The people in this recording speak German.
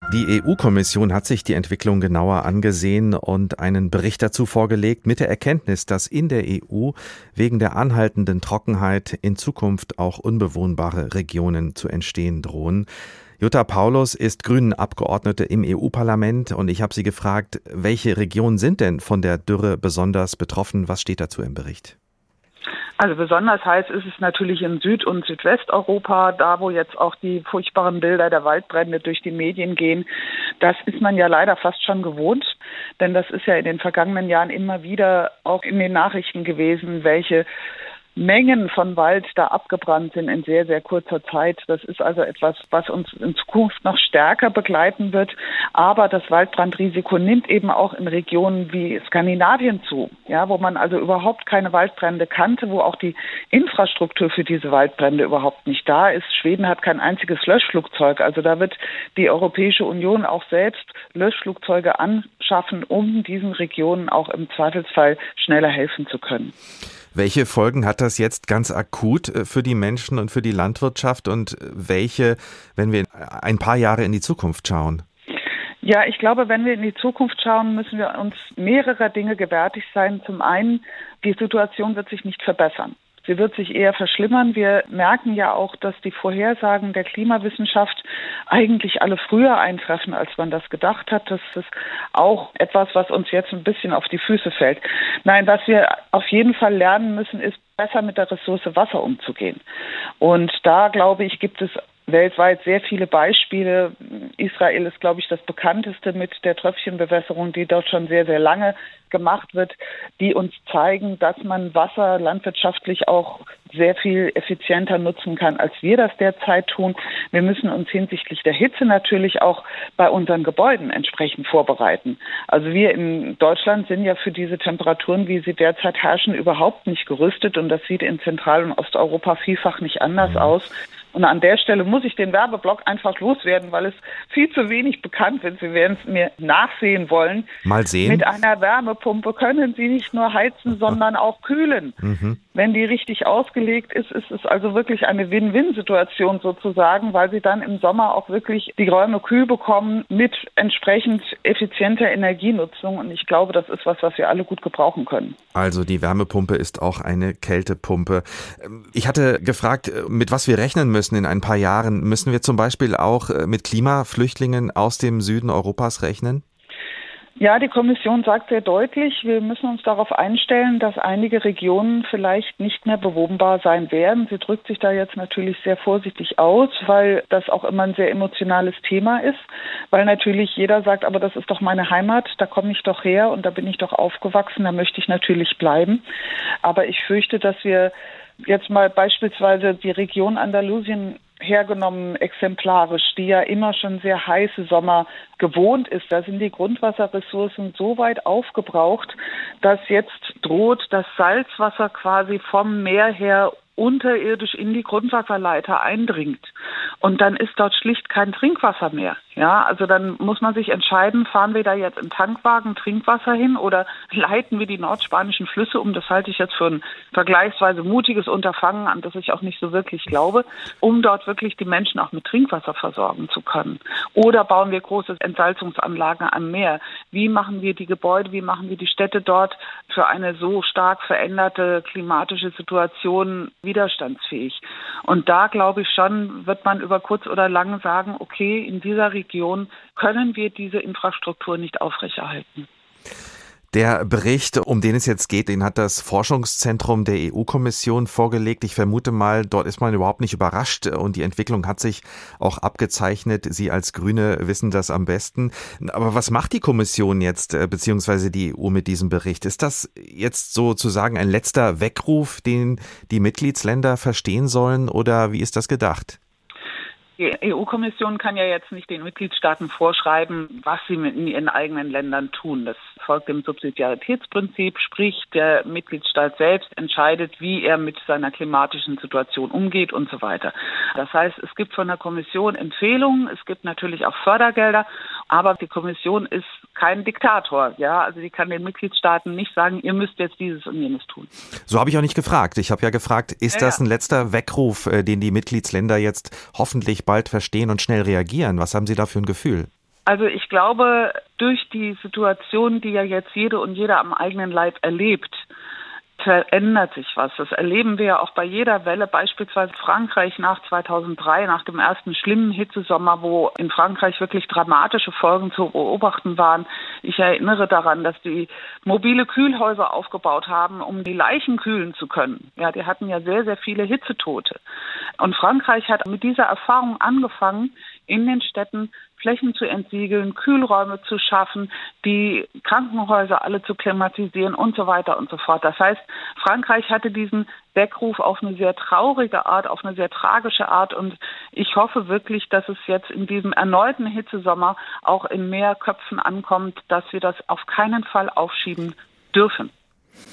Die EU-Kommission hat sich die Entwicklung genauer angesehen und einen Bericht dazu vorgelegt, mit der Erkenntnis, dass in der EU wegen der anhaltenden Trockenheit in Zukunft auch unbewohnbare Regionen zu entstehen drohen. Jutta Paulus ist Grünen-Abgeordnete im EU-Parlament und ich habe sie gefragt, welche Regionen sind denn von der Dürre besonders betroffen? Was steht dazu im Bericht? Also besonders heiß ist es natürlich in Süd- und Südwesteuropa, da wo jetzt auch die furchtbaren Bilder der Waldbrände durch die Medien gehen. Das ist man ja leider fast schon gewohnt, denn das ist ja in den vergangenen Jahren immer wieder auch in den Nachrichten gewesen, welche Mengen von Wald da abgebrannt sind in sehr, sehr kurzer Zeit. Das ist also etwas, was uns in Zukunft noch stärker begleiten wird. Aber das Waldbrandrisiko nimmt eben auch in Regionen wie Skandinavien zu, ja, wo man also überhaupt keine Waldbrände kannte, wo auch die Infrastruktur für diese Waldbrände überhaupt nicht da ist. Schweden hat kein einziges Löschflugzeug. Also da wird die Europäische Union auch selbst Löschflugzeuge anschaffen, um diesen Regionen auch im Zweifelsfall schneller helfen zu können. Welche Folgen hat das jetzt ganz akut für die Menschen und für die Landwirtschaft und welche, wenn wir ein paar Jahre in die Zukunft schauen? Ja, ich glaube, wenn wir in die Zukunft schauen, müssen wir uns mehrerer Dinge gewärtig sein. Zum einen, die Situation wird sich nicht verbessern. Sie wird sich eher verschlimmern. Wir merken ja auch, dass die Vorhersagen der Klimawissenschaft eigentlich alle früher eintreffen, als man das gedacht hat. Das ist auch etwas, was uns jetzt ein bisschen auf die Füße fällt. Nein, was wir auf jeden Fall lernen müssen, ist besser mit der Ressource Wasser umzugehen. Und da, glaube ich, gibt es weltweit sehr viele Beispiele. Israel ist, glaube ich, das bekannteste mit der Tröpfchenbewässerung, die dort schon sehr, sehr lange gemacht wird, die uns zeigen, dass man Wasser landwirtschaftlich auch sehr viel effizienter nutzen kann, als wir das derzeit tun. Wir müssen uns hinsichtlich der Hitze natürlich auch bei unseren Gebäuden entsprechend vorbereiten. Also wir in Deutschland sind ja für diese Temperaturen, wie sie derzeit herrschen, überhaupt nicht gerüstet und das sieht in Zentral- und Osteuropa vielfach nicht anders aus. Und an der Stelle muss ich den Werbeblock einfach loswerden, weil es viel zu wenig bekannt wird. Sie werden es mir nachsehen wollen. Mal sehen. Mit einer Wärmepumpe können Sie nicht nur heizen, sondern auch kühlen. Wenn die richtig ausgelegt ist, ist es also wirklich eine Win-Win-Situation sozusagen, weil Sie dann im Sommer auch wirklich die Räume kühl bekommen mit entsprechend effizienter Energienutzung. Und ich glaube, das ist was wir alle gut gebrauchen können. Also die Wärmepumpe ist auch eine Kältepumpe. Ich hatte gefragt, mit was wir rechnen müssen in ein paar Jahren. Müssen wir zum Beispiel auch mit Klimaflüchtlingen aus dem Süden Europas rechnen? Ja, die Kommission sagt sehr deutlich, wir müssen uns darauf einstellen, dass einige Regionen vielleicht nicht mehr bewohnbar sein werden. Sie drückt sich da jetzt natürlich sehr vorsichtig aus, weil das auch immer ein sehr emotionales Thema ist, weil natürlich jeder sagt, aber das ist doch meine Heimat, da komme ich doch her und da bin ich doch aufgewachsen, da möchte ich natürlich bleiben. Aber ich fürchte, dass wir jetzt mal beispielsweise die Region Andalusien hergenommen exemplarisch, die ja immer schon sehr heiße Sommer gewohnt ist. Da sind die Grundwasserressourcen so weit aufgebraucht, dass jetzt droht, das Salzwasser quasi vom Meer her unterirdisch in die Grundwasserleiter eindringt. Und dann ist dort schlicht kein Trinkwasser mehr. Ja, also dann muss man sich entscheiden, fahren wir da jetzt im Tankwagen Trinkwasser hin oder leiten wir die nordspanischen Flüsse um? Das halte ich jetzt für ein vergleichsweise mutiges Unterfangen, an das ich auch nicht so wirklich glaube, um dort wirklich die Menschen auch mit Trinkwasser versorgen zu können. Oder bauen wir große Entsalzungsanlagen am Meer? Wie machen wir die Gebäude, wie machen wir die Städte dort für eine so stark veränderte klimatische Situation widerstandsfähig? Und da, glaube ich schon, wird man über kurz oder lang sagen, okay, in dieser Region können wir diese Infrastruktur nicht aufrechterhalten. Der Bericht, um den es jetzt geht, den hat das Forschungszentrum der EU-Kommission vorgelegt. Ich vermute mal, dort ist man überhaupt nicht überrascht und die Entwicklung hat sich auch abgezeichnet. Sie als Grüne wissen das am besten. Aber was macht die Kommission jetzt, beziehungsweise die EU mit diesem Bericht? Ist das jetzt sozusagen ein letzter Weckruf, den die Mitgliedsländer verstehen sollen, oder wie ist das gedacht? Die EU-Kommission kann ja jetzt nicht den Mitgliedstaaten vorschreiben, was sie in ihren eigenen Ländern tun. Das folgt dem Subsidiaritätsprinzip, sprich der Mitgliedstaat selbst entscheidet, wie er mit seiner klimatischen Situation umgeht und so weiter. Das heißt, es gibt von der Kommission Empfehlungen, es gibt natürlich auch Fördergelder, aber die Kommission ist kein Diktator. Ja, also die kann den Mitgliedstaaten nicht sagen, ihr müsst jetzt dieses und jenes tun. So habe ich auch nicht gefragt. Ich habe ja gefragt, ist das ein letzter Weckruf, den die Mitgliedsländer jetzt hoffentlich bald verstehen und schnell reagieren? Was haben Sie da für ein Gefühl? Also ich glaube, durch die Situation, die ja jetzt jede und jeder am eigenen Leib erlebt, verändert sich was. Das erleben wir ja auch bei jeder Welle, beispielsweise Frankreich nach 2003, nach dem ersten schlimmen Hitzesommer, wo in Frankreich wirklich dramatische Folgen zu beobachten waren. Ich erinnere daran, dass die mobile Kühlhäuser aufgebaut haben, um die Leichen kühlen zu können. Ja, die hatten ja sehr, sehr viele Hitzetote. Und Frankreich hat mit dieser Erfahrung angefangen, in den Städten Flächen zu entsiegeln, Kühlräume zu schaffen, die Krankenhäuser alle zu klimatisieren und so weiter und so fort. Das heißt, Frankreich hatte diesen Weckruf auf eine sehr traurige Art, auf eine sehr tragische Art. Und ich hoffe wirklich, dass es jetzt in diesem erneuten Hitzesommer auch in mehr Köpfen ankommt, dass wir das auf keinen Fall aufschieben dürfen.